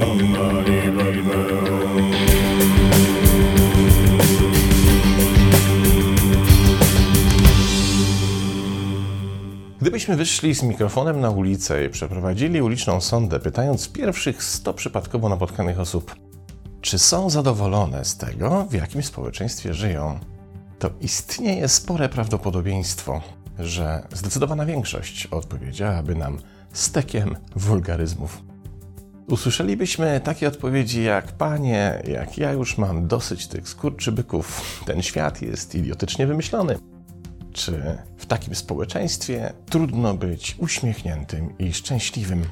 Gdybyśmy wyszli z mikrofonem na ulicę i przeprowadzili uliczną sondę, pytając pierwszych 100 przypadkowo napotkanych osób, czy są zadowolone z tego, w jakim społeczeństwie żyją, to istnieje spore prawdopodobieństwo, że zdecydowana większość odpowiedziałaby nam stekiem wulgaryzmów. Usłyszelibyśmy takie odpowiedzi jak: panie, jak ja już mam dosyć tych skurczybyków, ten świat jest idiotycznie wymyślony. Czy w takim społeczeństwie trudno być uśmiechniętym i szczęśliwym?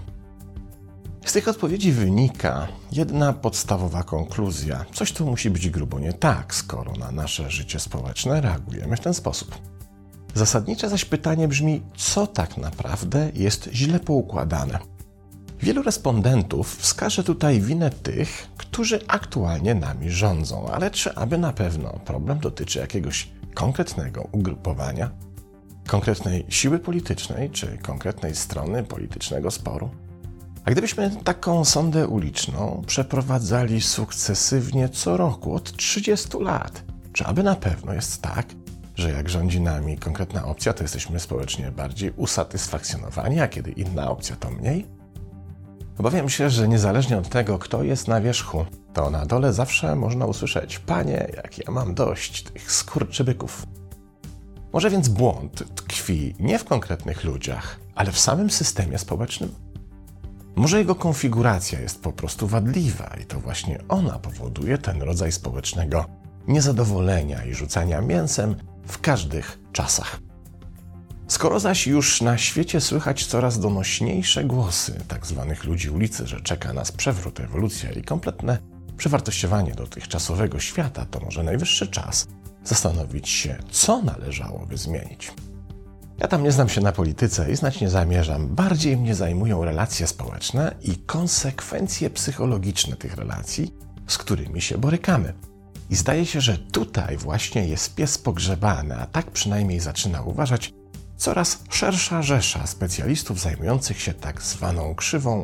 Z tych odpowiedzi wynika jedna podstawowa konkluzja. Coś tu musi być grubo nie tak, skoro na nasze życie społeczne reagujemy w ten sposób. Zasadnicze zaś pytanie brzmi, co tak naprawdę jest źle poukładane? Wielu respondentów wskaże tutaj winę tych, którzy aktualnie nami rządzą, ale czy aby na pewno problem dotyczy jakiegoś konkretnego ugrupowania, konkretnej siły politycznej czy konkretnej strony politycznego sporu? A gdybyśmy taką sondę uliczną przeprowadzali sukcesywnie co roku od 30 lat, czy aby na pewno jest tak, że jak rządzi nami konkretna opcja, to jesteśmy społecznie bardziej usatysfakcjonowani, a kiedy inna opcja, to mniej? Obawiam się, że niezależnie od tego, kto jest na wierzchu, to na dole zawsze można usłyszeć: panie, jak ja mam dość tych skurczybyków. Może więc błąd tkwi nie w konkretnych ludziach, ale w samym systemie społecznym? Może jego konfiguracja jest po prostu wadliwa i to właśnie ona powoduje ten rodzaj społecznego niezadowolenia i rzucania mięsem w każdych czasach. Skoro zaś już na świecie słychać coraz donośniejsze głosy tzw. ludzi ulicy, że czeka nas przewrót, ewolucja i kompletne przewartościowanie dotychczasowego świata, to może najwyższy czas zastanowić się, co należałoby zmienić. Ja tam nie znam się na polityce i znać nie zamierzam. Bardziej mnie zajmują relacje społeczne i konsekwencje psychologiczne tych relacji, z którymi się borykamy. I zdaje się, że tutaj właśnie jest pies pogrzebany, a tak przynajmniej zaczyna uważać coraz szersza rzesza specjalistów zajmujących się tak zwaną krzywą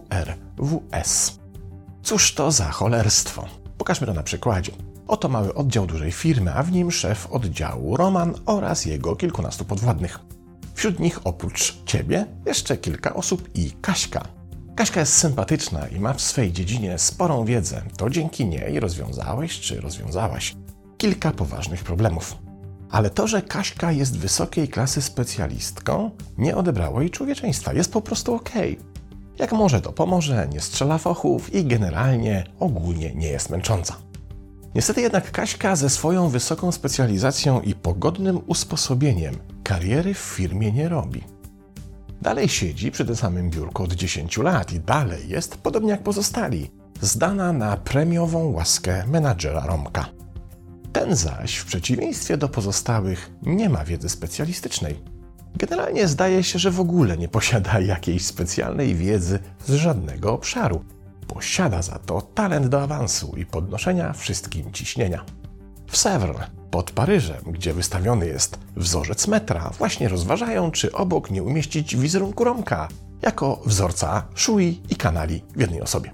WR-WS. Cóż to za cholerstwo? Pokażmy to na przykładzie. Oto mały oddział dużej firmy, a w nim szef oddziału Roman oraz jego kilkunastu podwładnych. Wśród nich oprócz ciebie jeszcze kilka osób i Kaśka. Kaśka jest sympatyczna i ma w swej dziedzinie sporą wiedzę. To dzięki niej rozwiązałeś czy rozwiązałaś kilka poważnych problemów. Ale to, że Kaśka jest wysokiej klasy specjalistką, nie odebrało jej człowieczeństwa. Jest po prostu okej. Jak może, to pomoże, nie strzela fochów i generalnie ogólnie nie jest męcząca. Niestety jednak Kaśka ze swoją wysoką specjalizacją i pogodnym usposobieniem kariery w firmie nie robi. Dalej siedzi przy tym samym biurku od 10 lat i dalej jest, podobnie jak pozostali, zdana na premiową łaskę menadżera Romka. Ten zaś, w przeciwieństwie do pozostałych, nie ma wiedzy specjalistycznej. Generalnie zdaje się, że w ogóle nie posiada jakiejś specjalnej wiedzy z żadnego obszaru. Posiada za to talent do awansu i podnoszenia wszystkim ciśnienia. W Sèvres, pod Paryżem, gdzie wystawiony jest wzorzec metra, właśnie rozważają, czy obok nie umieścić wizerunku Romka jako wzorca szui i kanali w jednej osobie.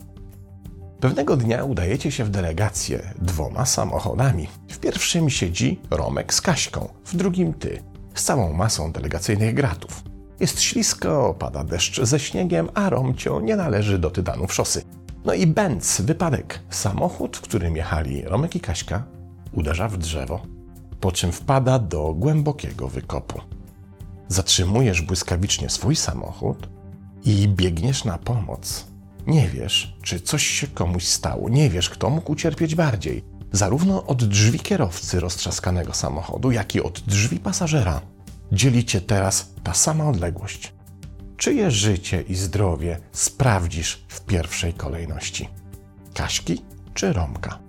Pewnego dnia udajecie się w delegację 2 samochodami. W pierwszym siedzi Romek z Kaśką, w drugim ty, z całą masą delegacyjnych gratów. Jest ślisko, pada deszcz ze śniegiem, a Romcio nie należy do tytanów szosy. No i bęc, wypadek. Samochód, w którym jechali Romek i Kaśka, uderza w drzewo, po czym wpada do głębokiego wykopu. Zatrzymujesz błyskawicznie swój samochód i biegniesz na pomoc. Nie wiesz, czy coś się komuś stało, nie wiesz, kto mógł ucierpieć bardziej. Zarówno od drzwi kierowcy roztrzaskanego samochodu, jak i od drzwi pasażera dzieli cię teraz ta sama odległość. Czyje życie i zdrowie sprawdzisz w pierwszej kolejności? Kaśki czy Romka?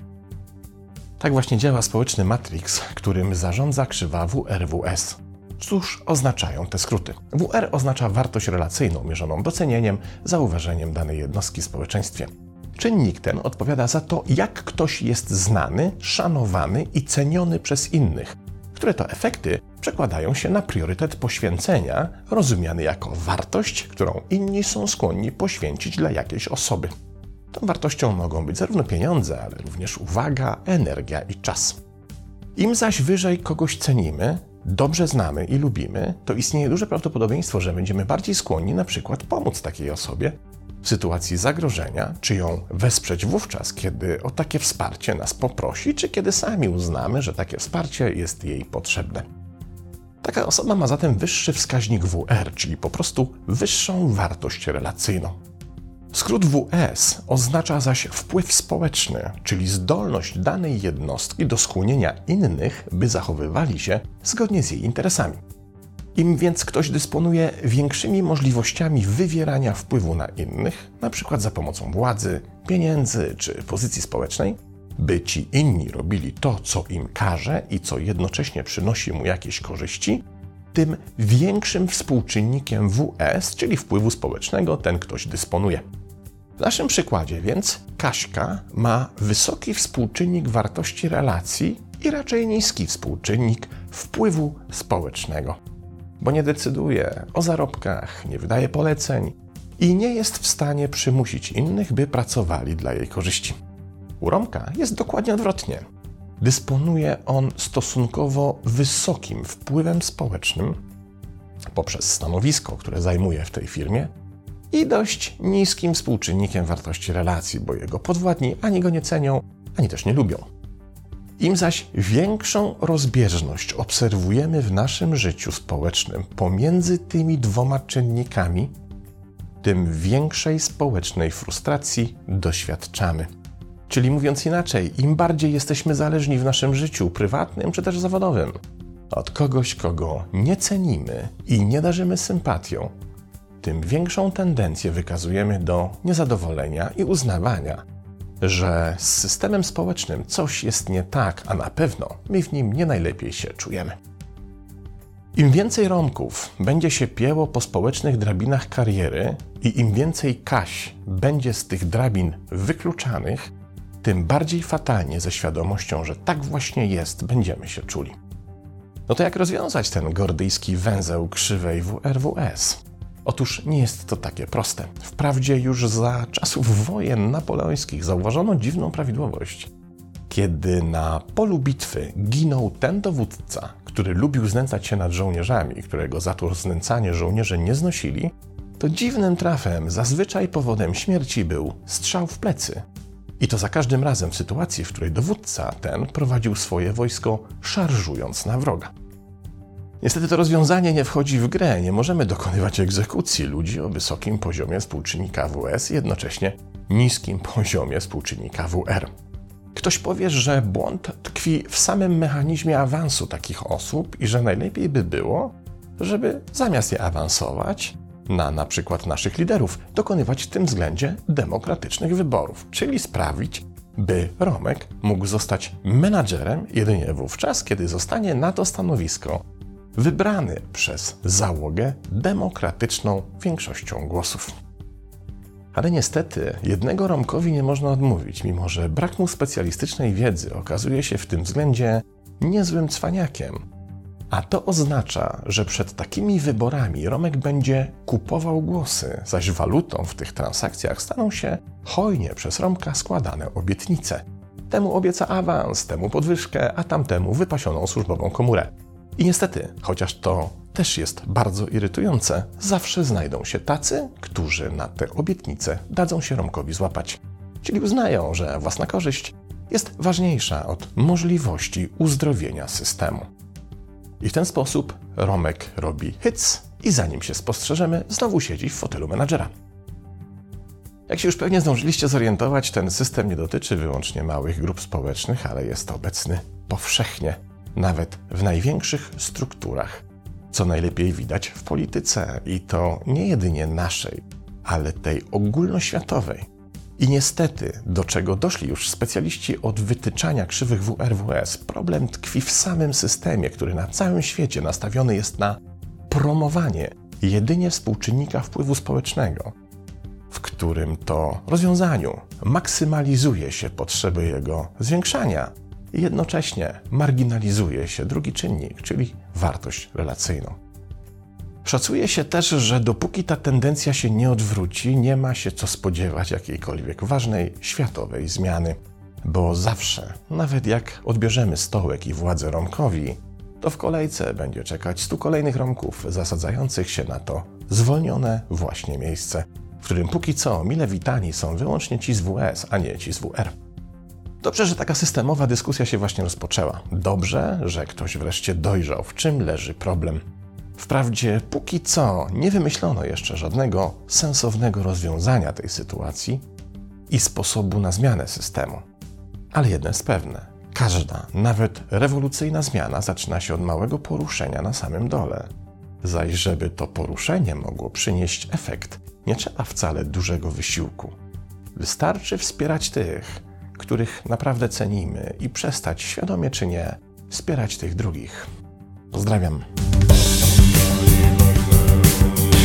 Tak właśnie działa społeczny Matrix, którym zarządza krzywa WR-WS. Cóż oznaczają te skróty? WR oznacza wartość relacyjną mierzoną docenieniem, zauważeniem danej jednostki w społeczeństwie. Czynnik ten odpowiada za to, jak ktoś jest znany, szanowany i ceniony przez innych, które to efekty przekładają się na priorytet poświęcenia, rozumiany jako wartość, którą inni są skłonni poświęcić dla jakiejś osoby. Tą wartością mogą być zarówno pieniądze, ale również uwaga, energia i czas. Im zaś wyżej kogoś cenimy, dobrze znamy i lubimy, to istnieje duże prawdopodobieństwo, że będziemy bardziej skłonni na przykład pomóc takiej osobie w sytuacji zagrożenia, czy ją wesprzeć wówczas, kiedy o takie wsparcie nas poprosi, czy kiedy sami uznamy, że takie wsparcie jest jej potrzebne. Taka osoba ma zatem wyższy wskaźnik WR, czyli po prostu wyższą wartość relacyjną. Skrót WS oznacza zaś wpływ społeczny, czyli zdolność danej jednostki do skłonienia innych, by zachowywali się zgodnie z jej interesami. Im więc ktoś dysponuje większymi możliwościami wywierania wpływu na innych, np. za pomocą władzy, pieniędzy czy pozycji społecznej, by ci inni robili to, co im każe i co jednocześnie przynosi mu jakieś korzyści, tym większym współczynnikiem WS, czyli wpływu społecznego, ten ktoś dysponuje. W naszym przykładzie więc Kaśka ma wysoki współczynnik wartości relacji i raczej niski współczynnik wpływu społecznego, bo nie decyduje o zarobkach, nie wydaje poleceń i nie jest w stanie przymusić innych, by pracowali dla jej korzyści. U Romka jest dokładnie odwrotnie. Dysponuje on stosunkowo wysokim wpływem społecznym poprzez stanowisko, które zajmuje w tej firmie i dość niskim współczynnikiem wartości relacji, bo jego podwładni ani go nie cenią, ani też nie lubią. Im zaś większą rozbieżność obserwujemy w naszym życiu społecznym pomiędzy tymi dwoma czynnikami, tym większej społecznej frustracji doświadczamy. Czyli mówiąc inaczej, im bardziej jesteśmy zależni w naszym życiu prywatnym czy też zawodowym od kogoś, kogo nie cenimy i nie darzymy sympatią, tym większą tendencję wykazujemy do niezadowolenia i uznawania, że z systemem społecznym coś jest nie tak, a na pewno my w nim nie najlepiej się czujemy. Im więcej Romków będzie się pięło po społecznych drabinach kariery i im więcej Kaś będzie z tych drabin wykluczanych, tym bardziej fatalnie ze świadomością, że tak właśnie jest, będziemy się czuli. No to jak rozwiązać ten gordyjski węzeł krzywej WR-WS? Otóż nie jest to takie proste. Wprawdzie już za czasów wojen napoleońskich zauważono dziwną prawidłowość. Kiedy na polu bitwy ginął ten dowódca, który lubił znęcać się nad żołnierzami, którego za to znęcanie żołnierze nie znosili, to dziwnym trafem zazwyczaj powodem śmierci był strzał w plecy. I to za każdym razem w sytuacji, w której dowódca ten prowadził swoje wojsko, szarżując na wroga. Niestety to rozwiązanie nie wchodzi w grę. Nie możemy dokonywać egzekucji ludzi o wysokim poziomie współczynnika WS i jednocześnie niskim poziomie współczynnika WR. Ktoś powie, że błąd tkwi w samym mechanizmie awansu takich osób i że najlepiej by było, żeby zamiast je awansować na przykład naszych liderów, dokonywać w tym względzie demokratycznych wyborów, czyli sprawić, by Romek mógł zostać menadżerem jedynie wówczas, kiedy zostanie na to stanowisko wybrany przez załogę demokratyczną większością głosów. Ale niestety jednego Romkowi nie można odmówić, mimo że brak mu specjalistycznej wiedzy okazuje się w tym względzie niezłym cwaniakiem. A to oznacza, że przed takimi wyborami Romek będzie kupował głosy, zaś walutą w tych transakcjach staną się hojnie przez Romka składane obietnice. Temu obieca awans, temu podwyżkę, a tamtemu wypasioną służbową komórę. I niestety, chociaż to też jest bardzo irytujące, zawsze znajdą się tacy, którzy na te obietnice dadzą się Romkowi złapać. Czyli uznają, że własna korzyść jest ważniejsza od możliwości uzdrowienia systemu. I w ten sposób Romek robi hyc i zanim się spostrzeżemy, znowu siedzi w fotelu menadżera. Jak się już pewnie zdążyliście zorientować, ten system nie dotyczy wyłącznie małych grup społecznych, ale jest obecny powszechnie, nawet w największych strukturach, co najlepiej widać w polityce i to nie jedynie naszej, ale tej ogólnoświatowej. I niestety, do czego doszli już specjaliści od wytyczania krzywych WR-WS, problem tkwi w samym systemie, który na całym świecie nastawiony jest na promowanie jedynie współczynnika wpływu społecznego, w którym to rozwiązaniu maksymalizuje się potrzeby jego zwiększania i jednocześnie marginalizuje się drugi czynnik, czyli wartość relacyjną. Szacuje się też, że dopóki ta tendencja się nie odwróci, nie ma się co spodziewać jakiejkolwiek ważnej światowej zmiany. Bo zawsze, nawet jak odbierzemy stołek i władzę Romkowi, to w kolejce będzie czekać 100 kolejnych Romków zasadzających się na to zwolnione właśnie miejsce, w którym póki co mile witani są wyłącznie ci z WS, a nie ci z WR. Dobrze, że taka systemowa dyskusja się właśnie rozpoczęła. Dobrze, że ktoś wreszcie dojrzał, w czym leży problem. Wprawdzie póki co nie wymyślono jeszcze żadnego sensownego rozwiązania tej sytuacji i sposobu na zmianę systemu. Ale jedno jest pewne. Każda, nawet rewolucyjna zmiana zaczyna się od małego poruszenia na samym dole. Zaś żeby to poruszenie mogło przynieść efekt, nie trzeba wcale dużego wysiłku. Wystarczy wspierać tych, których naprawdę cenimy i przestać, świadomie czy nie, wspierać tych drugich. Pozdrawiam.